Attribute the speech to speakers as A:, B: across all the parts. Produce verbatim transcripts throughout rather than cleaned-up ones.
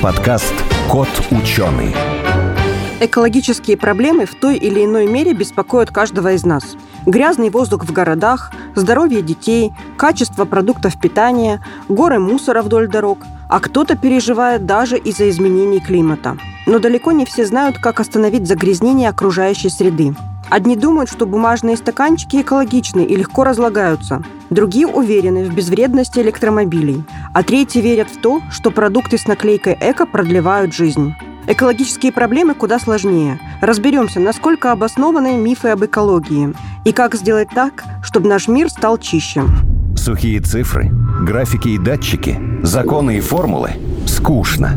A: подкаст «Кот ученый».
B: Экологические проблемы в той или иной мере беспокоят каждого из нас. Грязный воздух в городах, здоровье детей, качество продуктов питания, горы мусора вдоль дорог. А кто-то переживает даже из-за изменений климата. Но далеко не все знают, как остановить загрязнение окружающей среды. Одни думают, что бумажные стаканчики экологичны и легко разлагаются. Другие уверены в безвредности электромобилей. А третьи верят в то, что продукты с наклейкой «Эко» продлевают жизнь. Экологические проблемы куда сложнее. Разберемся, насколько обоснованы мифы об экологии и как сделать так, чтобы наш мир стал чище.
A: Сухие цифры, графики и датчики, законы и формулы – скучно.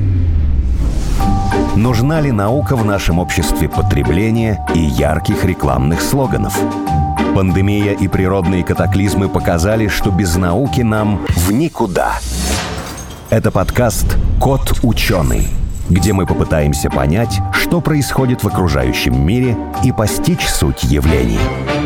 A: Нужна ли наука в нашем обществе потребления и ярких рекламных слоганов? Пандемия и природные катаклизмы показали, что без науки нам в никуда. Это подкаст «Кот ученый», где мы попытаемся понять, что происходит в окружающем мире и постичь суть явлений.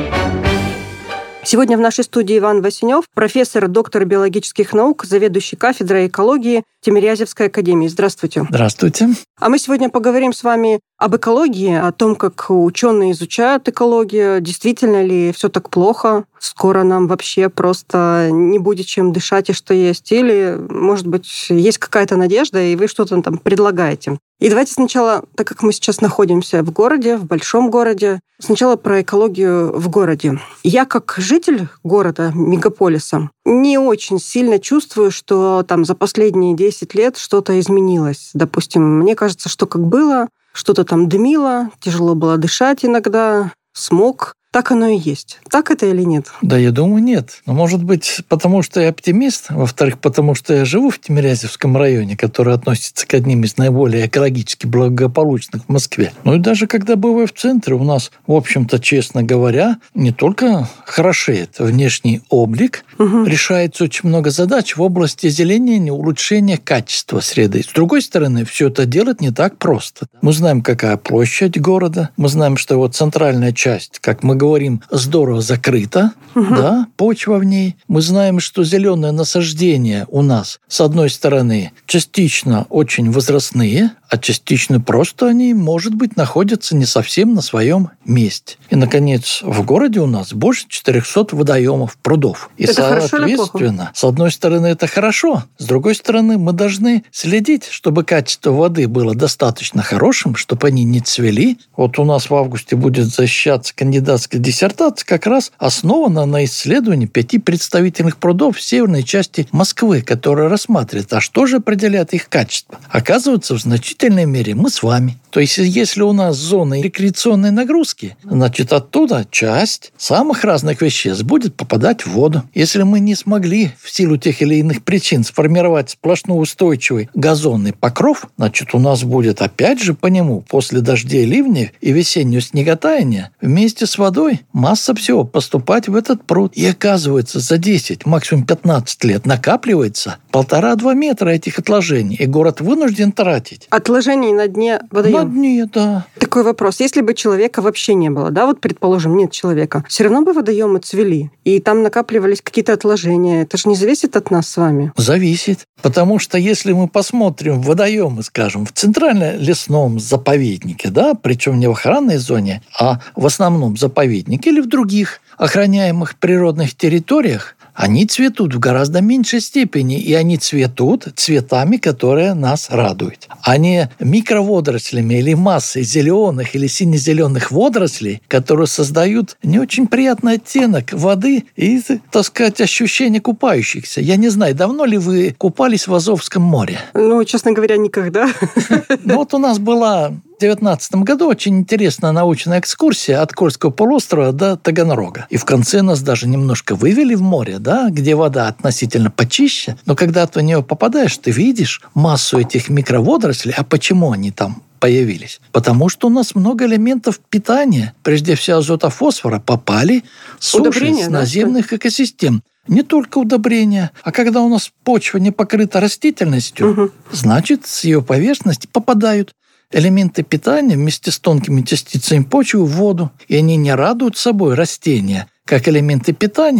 B: Сегодня в нашей студии Иван Васенев, профессор, доктор биологических наук, заведующий кафедрой экологии Тимирязевской академии. Здравствуйте.
C: Здравствуйте.
B: А мы сегодня поговорим с вами об экологии, о том, как ученые изучают экологию, действительно ли все так плохо, скоро нам вообще просто не будет чем дышать и что есть, или, может быть, есть какая-то надежда, и вы что-то там предлагаете. И давайте сначала, так как мы сейчас находимся в городе, в большом городе, сначала про экологию в городе. Я, как житель города, мегаполиса, не очень сильно чувствую, что там за последние десять лет что-то изменилось. Допустим, мне кажется, что как было, что-то там дымило, тяжело было дышать иногда, смог. Так оно и есть. Так это или нет?
C: Да, я думаю, нет. Но, может быть, потому что я оптимист, во-вторых, потому что я живу в Тимирязевском районе, который относится к одним из наиболее экологически благополучных в Москве. Ну и даже когда бываю в центре, у нас, в общем-то, честно говоря, не только хорошеет внешний облик, угу. решается очень много задач в области озеленения, улучшения качества среды. С другой стороны, все это делать не так просто. Мы знаем, какая площадь города, мы знаем, что его центральная часть, как мы говорим, здорово закрыта, угу. да, почва в ней. Мы знаем, что зеленые насаждения у нас, с одной стороны, частично очень возрастные, а частично просто они, может быть, находятся не совсем на своем месте. И, наконец, в городе у нас больше четырехсот водоемов, прудов. И,
B: это
C: соответственно, с одной стороны, это хорошо, с другой стороны, мы должны следить, чтобы качество воды было достаточно хорошим, чтобы они не цвели. Вот у нас в августе будет защищаться кандидатская диссертация, как раз основана на исследовании пяти представительных прудов в северной части Москвы, которые рассматривают, а что же определяет их качество. Оказывается, в значительной мере мы с вами. То есть, если у нас зона рекреационной нагрузки, значит, оттуда часть самых разных веществ будет попадать в воду. Если мы не смогли в силу тех или иных причин сформировать сплошной устойчивый газонный покров, значит, у нас будет опять же по нему после дождей, ливней и весеннего снеготаяния вместе с водой масса всего поступать в этот пруд. И оказывается, за десять, максимум пятнадцать лет накапливается полтора-два метра этих отложений, и город вынужден тратить.
B: Отложений на дне водоема?
C: На дне, да.
B: Такой вопрос. Если бы человека вообще не было, да, вот, предположим, нет человека, все равно бы водоемы цвели, и там накапливались какие-то отложения. Это же не зависит от нас с вами?
C: Зависит. Потому что если мы посмотрим водоемы, скажем, в центрально-лесном заповеднике, да, причем не в охранной зоне, а в основном заповеднике или в других охраняемых природных территориях, они цветут в гораздо меньшей степени, и они цветут цветами, которые нас радуют, а не микроводорослями или массой зеленых или сине-зеленых водорослей, которые создают не очень приятный оттенок воды и, так сказать, ощущение купающихся. Я не знаю, давно ли вы купались в Азовском море?
B: Ну, честно говоря, никогда.
C: Ну, вот у нас была... В две тысячи девятнадцатом году очень интересная научная экскурсия от Кольского полуострова до Таганрога. И в конце нас даже немножко вывели в море, да, где вода относительно почище. Но когда ты в нее попадаешь, ты видишь массу этих микроводорослей. А почему они там появились? Потому что у нас много элементов питания, прежде всего азота, фосфора, попали с суши, с наземных да? экосистем. Не только удобрения, а когда у нас почва не покрыта растительностью, угу. значит, с ее поверхности попадают элементы питания вместе с тонкими частицами почвы в воду, и они не радуют собой растения, как элементы питания,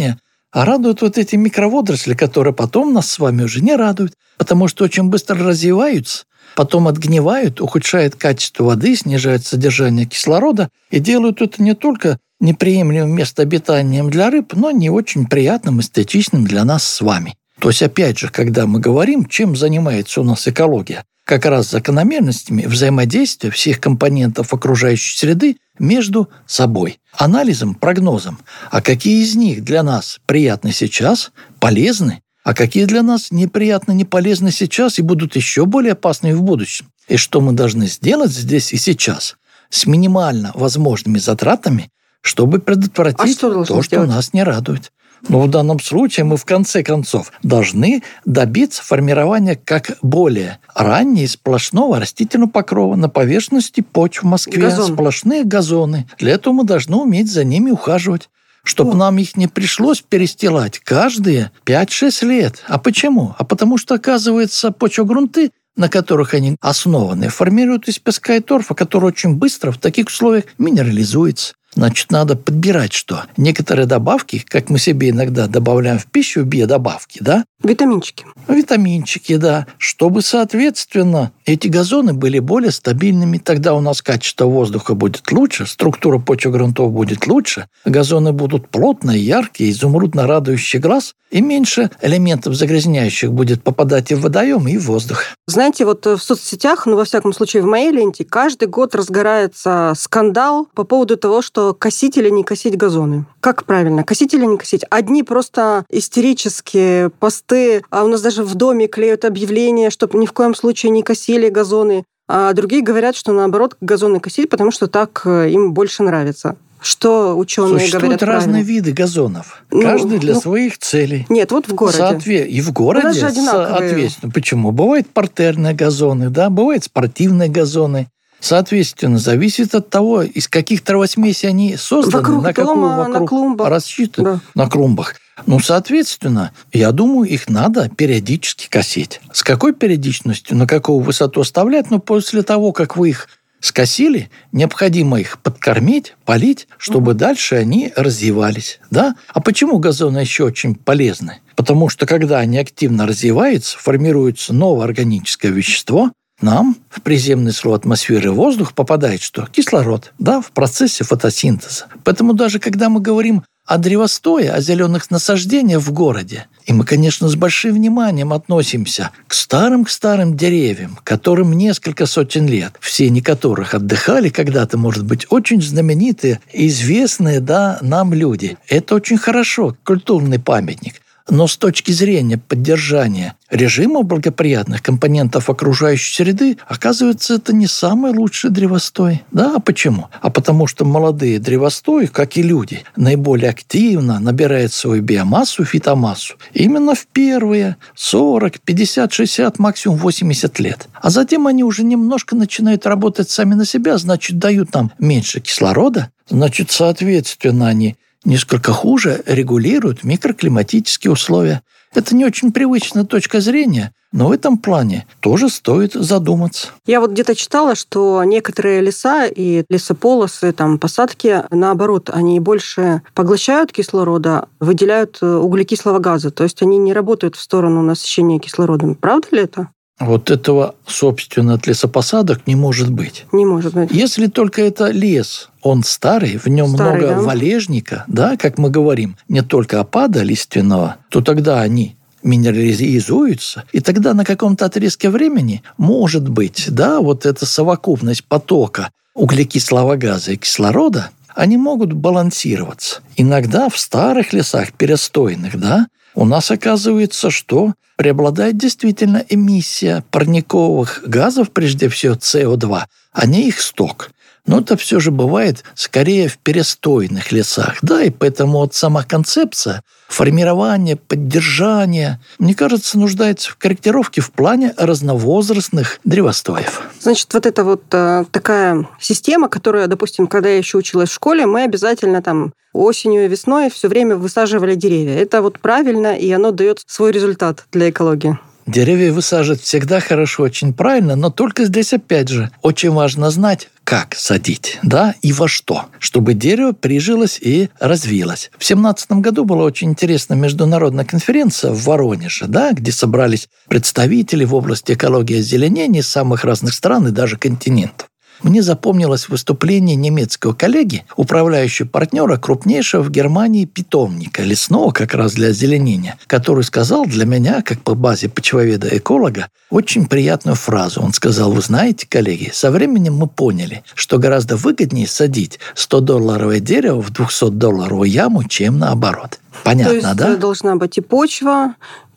C: А радуют вот эти микроводоросли, которые потом нас с вами уже не радуют, потому что очень быстро развиваются, потом отгнивают, ухудшают качество воды, снижают содержание кислорода и делают это не только неприемлемым местообитанием для рыб, но не очень приятным, эстетичным для нас с вами. То есть, опять же, когда мы говорим, чем занимается у нас экология, как раз закономерностями взаимодействия всех компонентов окружающей среды между собой, анализом, прогнозом. А какие из них для нас приятны сейчас, полезны, а какие для нас неприятны, не полезны сейчас и будут еще более опасны в будущем. И что мы должны сделать здесь и сейчас с минимально возможными затратами, чтобы предотвратить
B: а что
C: то, что нас не радует. Но в данном случае мы в конце концов должны добиться формирования как более ранней сплошного растительного покрова на поверхности почв в Москве.
B: Газон.
C: Сплошные газоны. Для этого мы должны уметь за ними ухаживать, чтобы
B: О.
C: нам их не пришлось перестилать каждые пять-шесть лет. А почему? А потому что, оказывается, почвогрунты, на которых они основаны, формируют из песка и торфа, который очень быстро в таких условиях минерализуется. Значит, надо подбирать что? Некоторые добавки, как мы себе иногда добавляем в пищу, биодобавки, да?
B: Витаминчики.
C: Витаминчики, да. Чтобы, соответственно, эти газоны были более стабильными. Тогда у нас качество воздуха будет лучше, структура почвогрунтов будет лучше, газоны будут плотные, яркие, изумрудно радующие глаз, и меньше элементов загрязняющих будет попадать и в водоем, и в воздух.
B: Знаете, вот в соцсетях, ну, во всяком случае, в моей ленте, каждый год разгорается скандал по поводу того, что косить или не косить газоны. Как правильно? Косить или не косить? Одни просто истерические посты, а у нас даже в доме клеют объявления, чтобы ни в коем случае не косили газоны, а другие говорят, что наоборот газоны косить, потому что так им больше нравится. Что ученые
C: Существуют
B: говорят
C: разные
B: правильно?
C: виды газонов,
B: Ну,
C: каждый для
B: ну,
C: своих целей.
B: Нет, вот в городе.
C: Соотве- И в
B: У
C: городе,
B: нас же одинаковые.
C: соответственно. Почему? Бывают партерные газоны, да, бывают спортивные газоны. Соответственно, зависит от того, из каких травосмесей они созданы,
B: Вокруг
C: на какую
B: дома,
C: вокруг
B: на клумбах.
C: рассчитаны,
B: Да.
C: на клумбах. Ну, соответственно, я думаю, их надо периодически косить. С какой периодичностью, на какую высоту оставлять? Но после того, как вы их скосили, необходимо их подкормить, полить, чтобы угу. дальше они развивались. Да? А почему газоны еще очень полезны? Потому что, когда они активно развиваются, формируется новое органическое вещество, нам в приземный слой атмосферы воздух попадает что? Кислород, да, в процессе фотосинтеза. Поэтому даже когда мы говорим о древостое, о зеленых насаждениях в городе, и мы, конечно, с большим вниманием относимся к старым-к-старым деревьям, которым несколько сотен лет, в сени которых отдыхали когда-то, может быть, очень знаменитые и известные, да, нам люди. Это очень хорошо, культурный памятник. Но с точки зрения поддержания режима благоприятных компонентов окружающей среды, оказывается, это не самый лучший древостой. Да, а почему? А потому что молодые древостои, как и люди, наиболее активно набирают свою биомассу, фитомассу именно в первые сорок, пятьдесят, шестьдесят, максимум восемьдесят лет. А затем они уже немножко начинают работать сами на себя, значит, дают нам меньше кислорода, значит, соответственно, они несколько хуже регулируют микроклиматические условия. Это не очень привычная точка зрения, но в этом плане тоже стоит задуматься.
B: Я вот где-то читала, что некоторые леса и лесополосы, там, посадки, наоборот, они больше поглощают кислорода, выделяют углекислого газа. То есть они не работают в сторону насыщения кислородом. Правда ли это?
C: Вот этого, собственно, от лесопосадок не может быть.
B: Не может быть.
C: Если только это лес, он старый, в нем старый, много да? валежника, да, как мы говорим, не только опада лиственного, то тогда они минерализуются, и тогда на каком-то отрезке времени, может быть, да, вот эта совокупность потока углекислого газа и кислорода, они могут балансироваться. Иногда в старых лесах перестойных, да, у нас оказывается, что преобладает действительно эмиссия парниковых газов, прежде всего С О два, а не их сток. Но это все же бывает скорее в перестойных лесах. Да, и поэтому вот сама концепция формирования, поддержания, мне кажется, нуждается в корректировке в плане разновозрастных древостоев.
B: Значит, вот это вот э, такая система, которая, допустим, когда я еще училась в школе, мы обязательно там осенью и весной все время высаживали деревья. Это вот правильно, и оно дает свой результат для экологии.
C: Деревья высаживать всегда хорошо, очень правильно, но только здесь опять же очень важно знать, как садить, да, и во что, чтобы дерево прижилось и развилось. В семнадцатом году была очень интересная международная конференция в Воронеже, да, где собрались представители в области экологии и озеленения из самых разных стран и даже континентов. Мне запомнилось выступление немецкого коллеги, управляющего партнера крупнейшего в Германии питомника, лесного как раз для озеленения, который сказал для меня, как по базе почвоведа-эколога, очень приятную фразу. Он сказал: вы знаете, коллеги, со временем мы поняли, что гораздо выгоднее садить сто-долларовое дерево в двухсотдолларовую яму, чем наоборот. Понятно,
B: То есть
C: да?
B: должна быть и почва,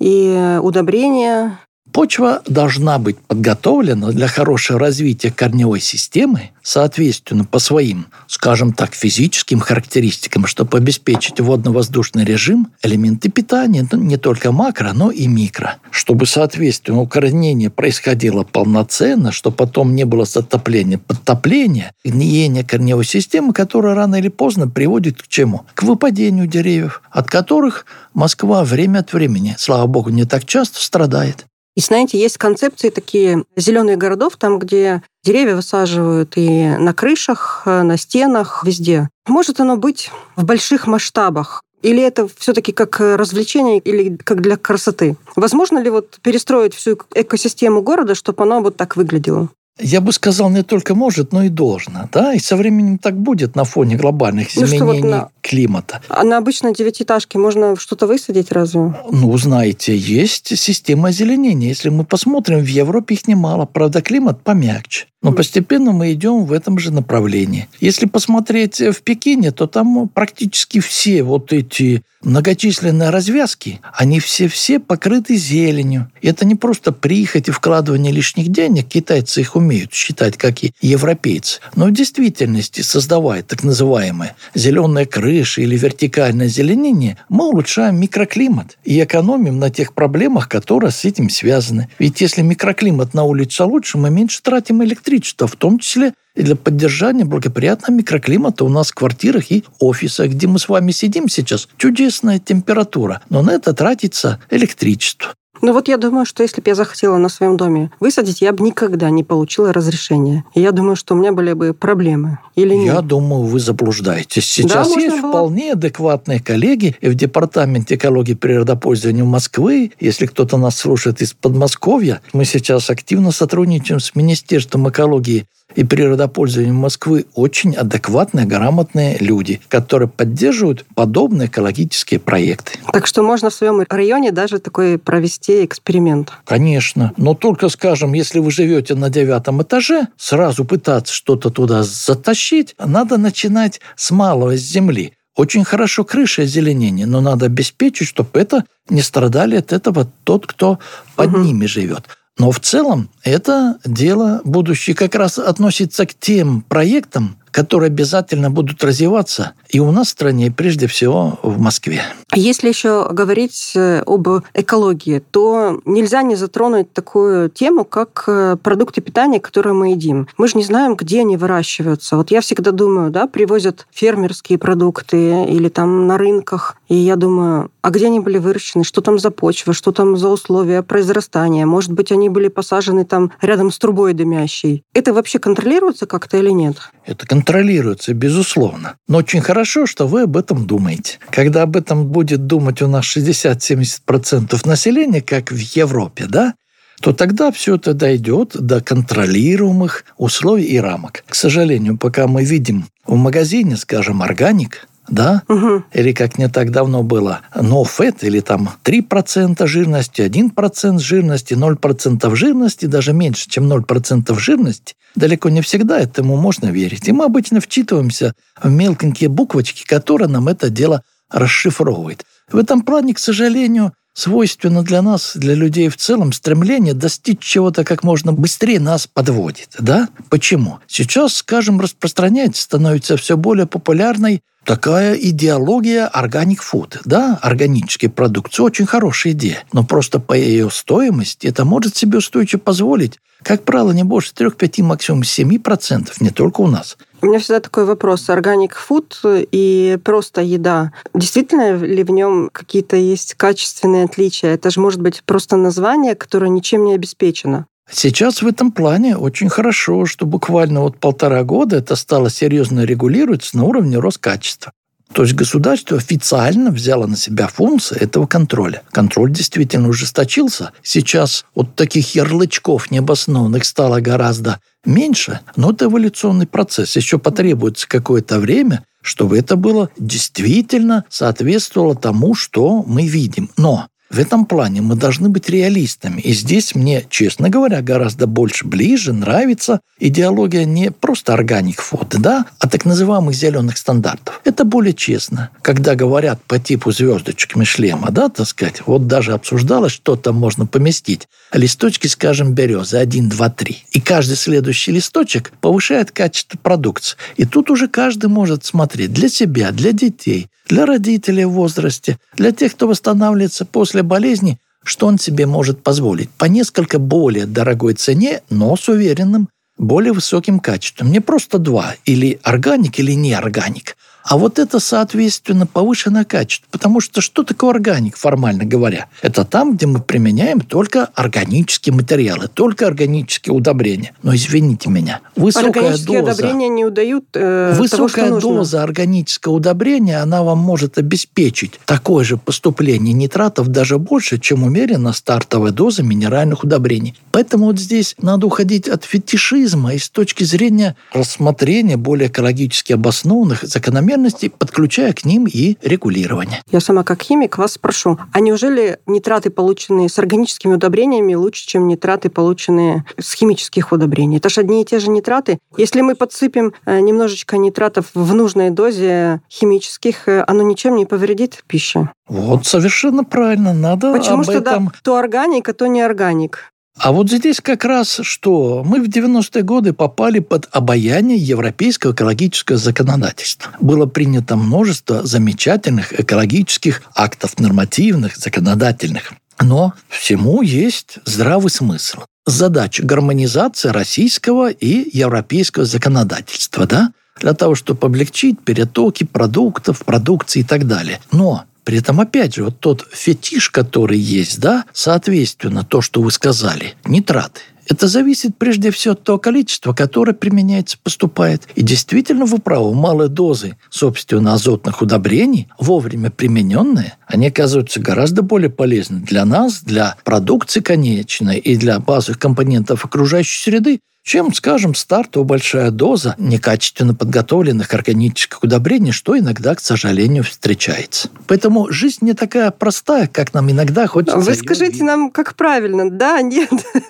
B: и удобрения.
C: Почва должна быть подготовлена для хорошего развития корневой системы, соответственно, по своим, скажем так, физическим характеристикам, чтобы обеспечить водно-воздушный режим, элементы питания, не только макро, но и микро, чтобы, соответственно, укоренение происходило полноценно, чтобы потом не было затопления, подтопления, гниения корневой системы, которая рано или поздно приводит к чему? К выпадению деревьев, от которых Москва время от времени, слава богу, не так часто страдает.
B: И, знаете, есть концепции такие зеленых городов, там, где деревья высаживают и на крышах, на стенах, везде. Может оно быть в больших масштабах? Или это все-таки как развлечение, или как для красоты? Возможно ли вот перестроить всю экосистему города, чтобы оно вот так выглядело?
C: Я бы сказал, не только может, но и должно. Да? И со временем так будет на фоне глобальных изменений ну, вот на... климата.
B: А на обычной девятиэтажке можно что-то высадить разве?
C: Ну, знаете, есть система озеленения. Если мы посмотрим, в Европе их немало. Правда, климат помягче. Но постепенно мы идем в этом же направлении. Если посмотреть в Пекине, то там практически все вот эти многочисленные развязки, они все-все покрыты зеленью. И это не просто прихоть и вкладывание лишних денег. Китайцы их умеют считать, как и европейцы. Но в действительности, создавая так называемые зеленые крыши или вертикальное озеленение, мы улучшаем микроклимат и экономим на тех проблемах, которые с этим связаны. Ведь если микроклимат на улице лучше, мы меньше тратим электричество, в том числе и для поддержания благоприятного микроклимата у нас в квартирах и офисах, где мы с вами сидим сейчас. Чудесная температура, но на это тратится электричество.
B: Ну вот я думаю, что если бы я захотела на своем доме высадить, я бы никогда не получила разрешения. И я думаю, что у меня были бы проблемы. Или нет?
C: Я думаю, вы заблуждаетесь. Сейчас да, есть было? Вполне адекватные коллеги и в Департаменте экологии и природопользования Москвы. Если кто-то нас слушает из Подмосковья, мы сейчас активно сотрудничаем с Министерством экологии и природопользования Москвы. Очень адекватные, грамотные люди, которые поддерживают подобные экологические проекты.
B: Так что можно в своем районе даже такой провести эксперимент.
C: Конечно. Но только, скажем, если вы живете на девятом этаже, сразу пытаться что-то туда затащить, надо начинать с малого, с земли. Очень хорошо крыша озеленения, но надо обеспечить, чтобы это не страдали от этого тот, кто под угу. ними живет. Но в целом это дело будущее как раз относится к тем проектам, которые обязательно будут развиваться и у нас в стране, и прежде всего в Москве.
B: Если еще говорить об экологии, то нельзя не затронуть такую тему, как продукты питания, которые мы едим. Мы же не знаем, где они выращиваются. Вот я всегда думаю, да, привозят фермерские продукты или там на рынках, и я думаю, а где они были выращены, что там за почва, что там за условия произрастания, может быть, они были посажены там рядом с трубой дымящей. Это вообще контролируется как-то или нет?
C: Это контролируется, безусловно. Но очень хорошо, что вы об этом думаете. Когда об этом будет думать у нас шестьдесят-семьдесят процентов населения, как в Европе, да, то тогда все это дойдет до контролируемых условий и рамок. К сожалению, пока мы видим в магазине, скажем, органик, да, угу. или как не так давно было no fat, или там три процента жирности, один процент жирности, ноль процентов жирности, даже меньше, чем ноль процентов жирности, далеко не всегда этому можно верить. И мы обычно вчитываемся в мелкенькие буквочки, которые нам это дело расшифровывают. В этом плане, к сожалению, свойственно для нас, для людей в целом, стремление достичь чего-то как можно быстрее нас подводит. Да? Почему? Сейчас, скажем, распространяется, становится все более популярной Такая идеология organic food, да, органические продукции, очень хорошая идея. Но просто по ее стоимости это может себе устойчиво позволить, как правило, не больше трех-пяти, максимум семи процентов, не только у нас.
B: У меня всегда такой вопрос. Organic food и просто еда. Действительно ли в нем какие-то есть качественные отличия? Это же может быть просто название, которое ничем не обеспечено.
C: Сейчас в этом плане очень хорошо, что буквально вот полтора года это стало серьезно регулироваться на уровне Роскачества. То есть государство официально взяло на себя функции этого контроля. Контроль действительно ужесточился. Сейчас вот таких ярлычков необоснованных стало гораздо меньше, но это эволюционный процесс. Еще потребуется какое-то время, чтобы это было действительно соответствовало тому, что мы видим. Но в этом плане мы должны быть реалистами. И здесь мне, честно говоря, гораздо больше ближе нравится идеология не просто organic food, да, а так называемых зеленых стандартов. Это более честно. Когда говорят по типу звездочек Мишлема, да, так сказать, вот даже обсуждалось, что там можно поместить. Листочки, скажем, березы один, два, три. И каждый следующий листочек повышает качество продукции. И тут уже каждый может смотреть для себя, для детей, для родителей в возрасте, для тех, кто восстанавливается после болезни, что он себе может позволить. По несколько более дорогой цене, но с уверенным, более высоким качеством. Не просто два, или органик, или не органик. А вот это, соответственно, повышенное качество. Потому что что такое органик, формально говоря? Это там, где мы применяем только органические материалы, только органические удобрения. Но извините меня, высокая
B: органические
C: доза...
B: удобрения не удают э,
C: Высокая
B: того, что нужно.
C: доза органического удобрения, она вам может обеспечить такое же поступление нитратов даже больше, чем умеренно стартовая доза минеральных удобрений. Поэтому вот здесь надо уходить от фетишизма и с точки зрения рассмотрения более экологически обоснованных закономерностей, подключая к ним и регулирование.
B: Я сама как химик вас спрошу, а неужели нитраты, полученные с органическими удобрениями, лучше, чем нитраты, полученные с химических удобрений? Это же одни и те же нитраты. Если мы подсыпем немножечко нитратов в нужной дозе химических, оно ничем не повредит пище.
C: Вот, совершенно правильно. Надо
B: Почему
C: об
B: что
C: этом...
B: да, то органик, а то не органик?
C: А вот здесь как раз что? Мы в девяностые годы попали под обаяние европейского экологического законодательства. Было принято множество замечательных экологических актов, нормативных, законодательных. Но всему есть здравый смысл. Задача гармонизации российского и европейского законодательства, да? Для того, чтобы облегчить перетоки продуктов, продукции и так далее. Но при этом, опять же, вот тот фетиш, который есть, да, соответственно, то, что вы сказали, нитраты, это зависит прежде всего от того количества, которое применяется, поступает. И действительно, вы правы, малые дозы, собственно, азотных удобрений, вовремя примененные, они оказываются гораздо более полезны для нас, для продукции конечной и для базовых компонентов окружающей среды, чем, скажем, стартовая большая доза некачественно подготовленных органических удобрений, что иногда, к сожалению, встречается. Поэтому жизнь не такая простая, как нам иногда хочется.
B: Вы скажите видеть. Нам, как правильно. Да, нет.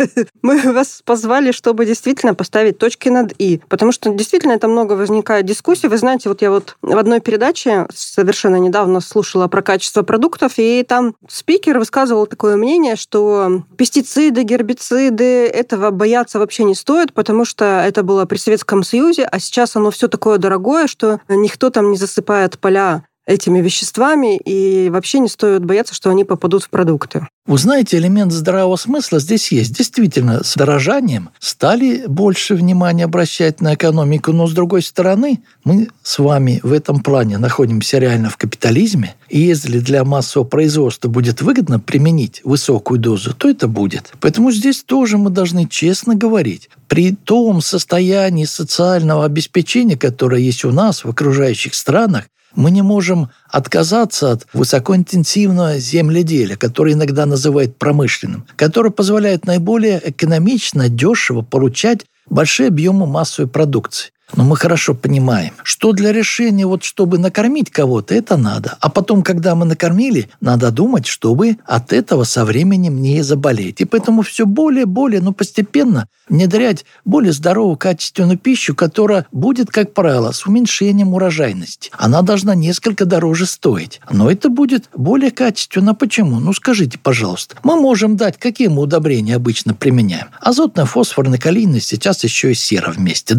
B: Мы вас позвали, чтобы действительно поставить точки над «и». Потому что действительно это много возникает дискуссий. Вы знаете, вот я вот в одной передаче совершенно недавно слушала про качество продуктов, и там спикер высказывал такое мнение, что пестициды, гербициды, этого бояться вообще не стоит, потому что это было при Советском Союзе, а сейчас оно все такое дорогое, что никто там не засыпает поля этими веществами, и вообще не стоит бояться, что они попадут в продукты.
C: Вы знаете, элемент здравого смысла здесь есть. Действительно, с дорожанием стали больше внимания обращать на экономику, но, с другой стороны, мы с вами в этом плане находимся реально в капитализме, и если для массового производства будет выгодно применить высокую дозу, то это будет. Поэтому здесь тоже мы должны честно говорить. При том состоянии социального обеспечения, которое есть у нас в окружающих странах, мы не можем отказаться от высокоинтенсивного земледелия, которое иногда называют промышленным, которое позволяет наиболее экономично, дешево получать большие объемы массовой продукции. Но мы хорошо понимаем, что для решения, вот чтобы накормить кого-то, это надо. А потом, когда мы накормили, надо думать, чтобы от этого со временем не заболеть. И поэтому все более-более, но постепенно внедрять более здоровую, качественную пищу, которая будет, как правило, с уменьшением урожайности. Она должна несколько дороже стоить. Но это будет более качественно. Почему? Ну, скажите, пожалуйста. Мы можем дать, какие мы удобрения обычно применяем? Азотная, фосфорная, калийная, сейчас еще и сера вместе, да?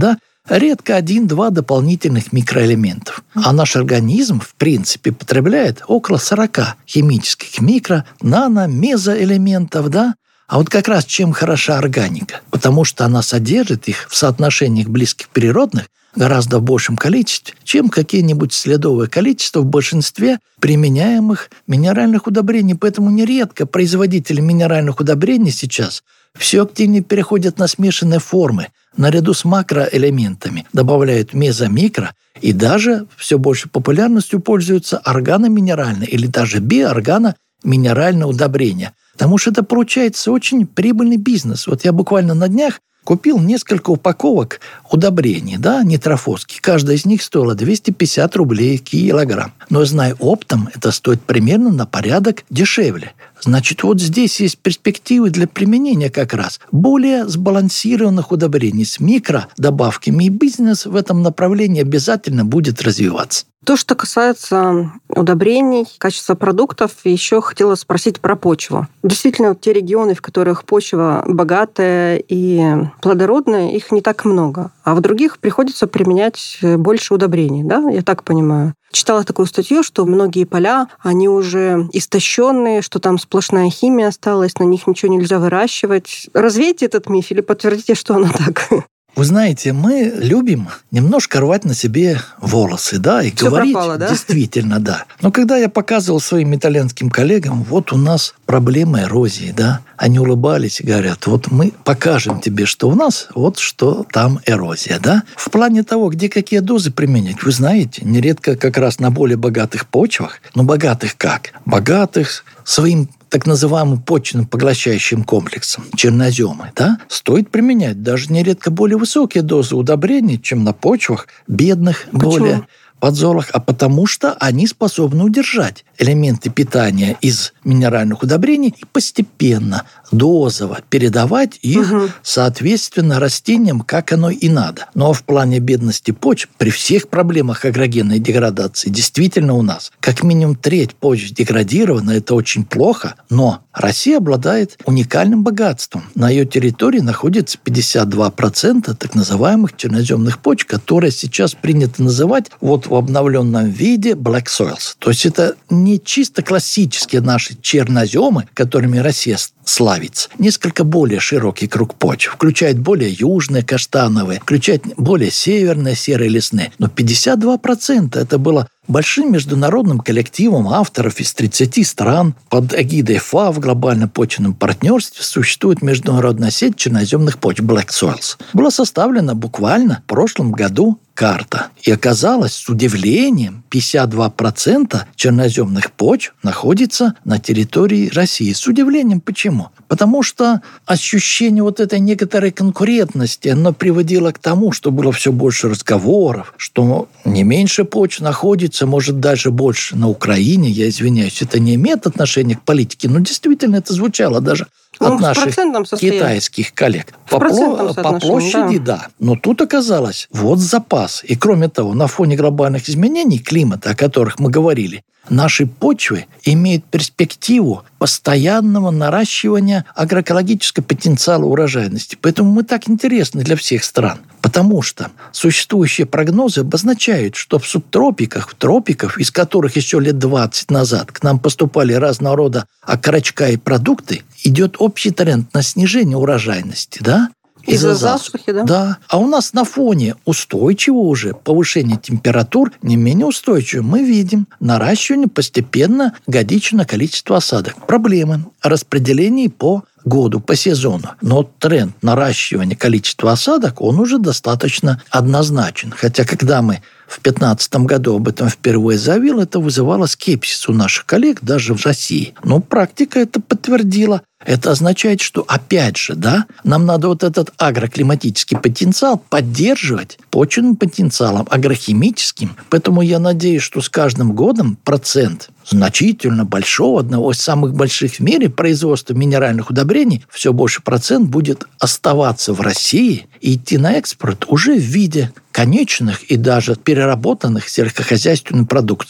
C: редко один-два дополнительных микроэлементов. А наш организм, в принципе, потребляет около сорок химических микро, нано, мезоэлементов, да? А вот как раз чем хороша органика? Потому что она содержит их в соотношениях близких природных гораздо в большем количестве, чем какие-нибудь следовое количество в большинстве применяемых минеральных удобрений. Поэтому нередко производители минеральных удобрений сейчас все активнее переходят на смешанные формы, наряду с макроэлементами, добавляют мезо-микро и даже все большей популярностью пользуются органоминеральные или даже биорганоминеральные удобрения. Потому что это получается очень прибыльный бизнес. Вот я буквально на днях купил несколько упаковок удобрений, да, нитрофоски. Каждая из них стоила двести пятьдесят рублей килограмм. Но, зная оптом, это стоит примерно на порядок дешевле. Значит, вот здесь есть перспективы для применения как раз более сбалансированных удобрений с микродобавками, и бизнес в этом направлении обязательно будет развиваться.
B: То, что касается удобрений, качества продуктов, еще хотела спросить про почву. Действительно, вот те регионы, в которых почва богатая и плодородная, их не так много. А в других приходится применять больше удобрений, да, я так понимаю. Читала такую статью, что многие поля, они уже истощенные, что там сплошная химия осталась, на них ничего нельзя выращивать. Развейте этот миф или подтвердите, что оно так?
C: Вы знаете, мы любим немножко рвать на себе волосы, да, и
B: Всё
C: говорить
B: пропало, да?
C: действительно, да. Но когда я показывал своим итальянским коллегам, вот у нас проблема эрозии, да, они улыбались и говорят, вот мы покажем тебе, что у нас, вот что там эрозия, да. В плане того, где какие дозы применять, вы знаете, нередко как раз на более богатых почвах, но богатых как? Богатых своим так называемым почвенным поглощающим комплексом, черноземы, да, стоит применять даже нередко более высокие дозы удобрений, чем на почвах бедных,
B: Почему?
C: более подзолах, а потому что они способны удержать элементы питания из минеральных удобрений и постепенно, дозово передавать их, угу. соответственно, растениям, как оно и надо. Но в плане бедности почв, при всех проблемах агрогенной деградации, действительно у нас как минимум треть почв деградирована, это очень плохо, но Россия обладает уникальным богатством. На ее территории находится пятьдесят два процента так называемых черноземных почв, которые сейчас принято называть вот в обновленном виде black soils. То есть это не чисто классические наши черноземы, которыми Россия славится. Несколько более широкий круг почв. Включает более южные каштановые, включает более северные серые лесные. Но пятьдесят два процента это было большим международным коллективом авторов из тридцати стран. Под эгидой ФАО в глобальном почвенном партнерстве существует международная сеть черноземных почв Black Soils. Была составлена буквально в прошлом году карта. И оказалось, с удивлением, пятьдесят два процента черноземных почв находится на территории России. С удивлением почему? Потому что ощущение вот этой некоторой конкурентности, оно приводило к тому, что было все больше разговоров, что не меньше почв находится, может, даже больше на Украине. Я извиняюсь, это не имеет отношения к политике, но действительно это звучало даже
B: ну,
C: от наших китайских коллег. По, пло- по площади, да. да. Но тут оказалось, вот запас. И кроме того, на фоне глобальных изменений климата, о которых мы говорили, наши почвы имеют перспективу постоянного наращивания агроэкологического потенциала урожайности. Поэтому мы так интересны для всех стран. Потому что существующие прогнозы обозначают, что в субтропиках, в тропиках, из которых еще лет двадцать назад к нам поступали разного рода окорочка и продукты, идет общий тренд на снижение урожайности, да?
B: Из-за, Из-за засухи, да?
C: Да. А у нас на фоне устойчивого уже повышения температур, не менее устойчивого, мы видим наращивание постепенно годичного количества осадок. Проблемы о распределении по году, по сезону. Но тренд наращивания количества осадок, он уже достаточно однозначен. Хотя, когда мы в две тысячи пятнадцатом году об этом впервые заявил, это вызывало скепсис у наших коллег даже в России. Но практика это подтвердила. Это означает, что, опять же, да, нам надо вот этот агроклиматический потенциал поддерживать почвенным потенциалом, агрохимическим. Поэтому я надеюсь, что с каждым годом процент значительно большого, одного из самых больших в мире производства минеральных удобрений, все больше процент будет оставаться в России и идти на экспорт уже в виде конечных и даже переработанных сельскохозяйственной продукции.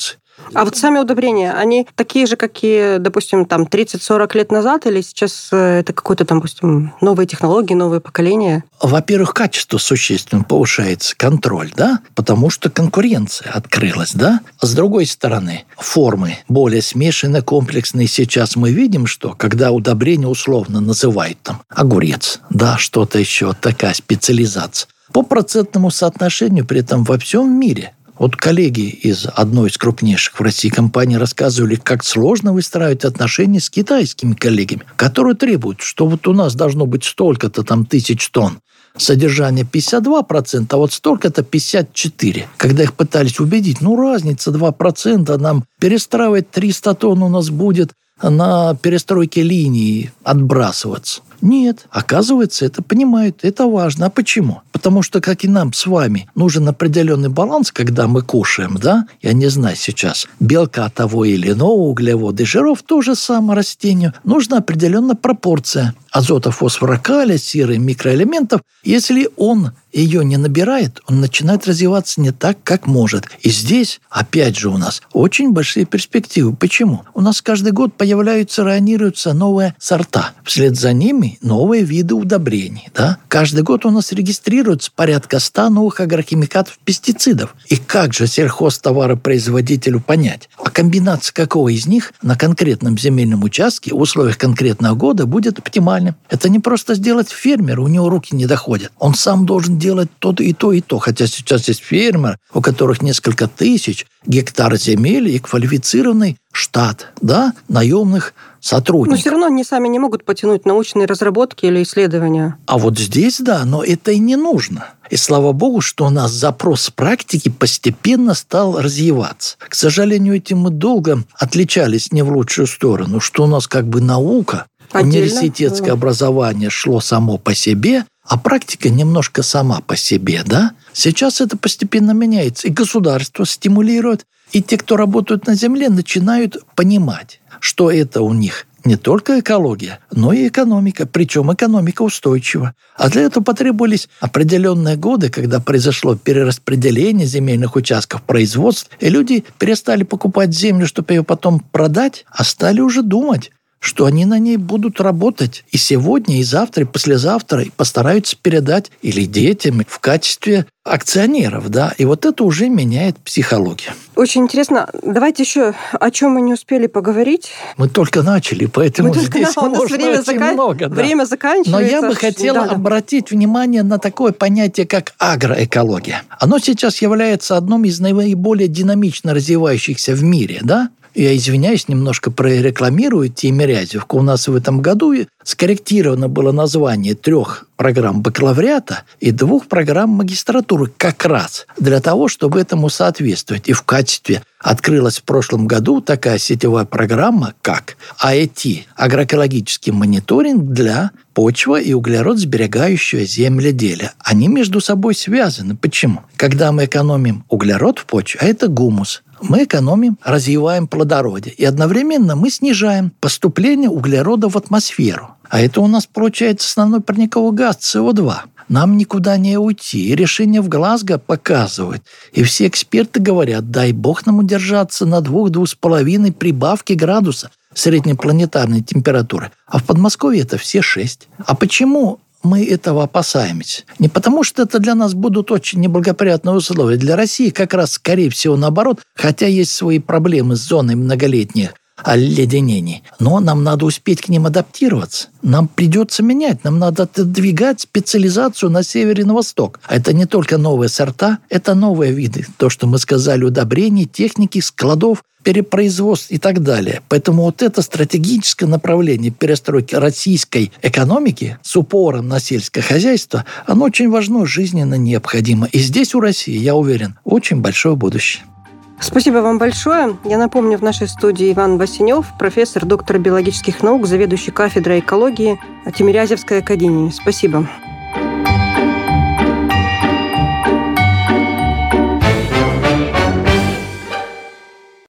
B: А вот сами удобрения, они такие же, какие, допустим, там тридцать-сорок лет назад, или сейчас это какой-то, там, допустим, новые технологии, новые поколения?
C: Во-первых, качество существенно повышается, контроль, да, потому что конкуренция открылась, да. А с другой стороны, формы более смешанные, комплексные. Сейчас мы видим, что когда удобрение условно называют там огурец, да, что-то еще, такая специализация, по процентному соотношению при этом во всем мире. Вот коллеги из одной из крупнейших в России компаний рассказывали, как сложно выстраивать отношения с китайскими коллегами, которые требуют, что вот у нас должно быть столько-то там тысяч тонн, содержание пятьдесят два процента, а вот столько-то пятьдесят четыре процента. Когда их пытались убедить, ну разница два процента, нам перестраивать триста тонн у нас будет на перестройке линии отбрасываться. Нет, оказывается, это понимают, это важно. А почему? Потому что, как и нам с вами, нужен определенный баланс, когда мы кушаем, да? Я не знаю сейчас, белка того или иного, углеводы, жиров, то же самое растению. Нужна определенная пропорция азота, фосфора, калия, серы, микроэлементов. Если он ее не набирает, он начинает развиваться не так, как может. И здесь, опять же, у нас очень большие перспективы. Почему? У нас каждый год появляются, районируются новые сорта. Вслед за ними новые виды удобрений. Да? Каждый год у нас регистрируется порядка ста новых агрохимикатов, пестицидов. И как же сельхозтоваропроизводителю понять, а комбинация какого из них на конкретном земельном участке в условиях конкретного года будет оптимальным? Это не просто сделать фермеру, у него руки не доходят. Он сам должен делать то и то, и то. Хотя сейчас есть фермеры, у которых несколько тысяч гектар земель и квалифицированный штат, да, наемных сотрудников.
B: Но все равно они сами не могут потянуть научные разработки или исследования.
C: А вот здесь, да, но это и не нужно. И слава богу, что у нас запрос практики постепенно стал развиваться. К сожалению, этим мы долго отличались не в лучшую сторону, что у нас как бы наука,
B: отдельно,
C: университетское
B: да.
C: образование шло само по себе, а практика немножко сама по себе, да? Сейчас это постепенно меняется, и государство стимулирует, и те, кто работают на земле, начинают понимать, что это у них не только экология, но и экономика, причем экономика устойчива. А для этого потребовались определенные годы, когда произошло перераспределение земельных участков, производств, и люди перестали покупать землю, чтобы ее потом продать, а стали уже думать, что они на ней будут работать и сегодня, и завтра, и послезавтра, и постараются передать или детям в качестве акционеров, да, и вот это уже меняет психологию.
B: Очень интересно. Давайте еще о чем мы не успели поговорить.
C: Мы только начали, поэтому
B: мы
C: здесь
B: только,
C: можно
B: время
C: очень
B: зака...
C: много. Да.
B: Время заканчивается.
C: Но я бы хотела
B: да,
C: обратить да. внимание на такое понятие, как агроэкология. Оно сейчас является одним из наиболее динамично развивающихся в мире, да? Я извиняюсь, немножко прорекламирую Тимирязевку. У нас в этом году скорректировано было название трех программ бакалавриата и двух программ магистратуры как раз для того, чтобы этому соответствовать. И в качестве открылась в прошлом году такая сетевая программа, как эй ай ти – агроэкологический мониторинг для почва и углеродсберегающего земледелия. Они между собой связаны. Почему? Когда мы экономим углерод в почве, а это гумус, мы экономим, развиваем плодородие. И одновременно мы снижаем поступление углерода в атмосферу. А это у нас получается основной парниковый газ си о два. Нам никуда не уйти. И решение в Глазго показывает. И все эксперты говорят, дай бог нам удержаться на двух-двух с половиной прибавки градуса среднепланетарной температуры. А в Подмосковье это все шесть. А почему мы этого опасаемся? Не потому, что это для нас будут очень неблагоприятные условия. Для России как раз, скорее всего, наоборот, хотя есть свои проблемы с зоной многолетних оледенений. Но нам надо успеть к ним адаптироваться. Нам придется менять. Нам надо отодвигать специализацию на север и на восток. А это не только новые сорта, это новые виды. То, что мы сказали, удобрений, техники, складов, перепроизводств и так далее. Поэтому вот это стратегическое направление перестройки российской экономики с упором на сельское хозяйство, оно очень важно, жизненно необходимо. И здесь у России, я уверен, очень большое будущее.
B: Спасибо вам большое. Я напомню, в нашей студии Иван Васенев, профессор, доктор биологических наук, заведующий кафедрой экологии Тимирязевской академии. Спасибо.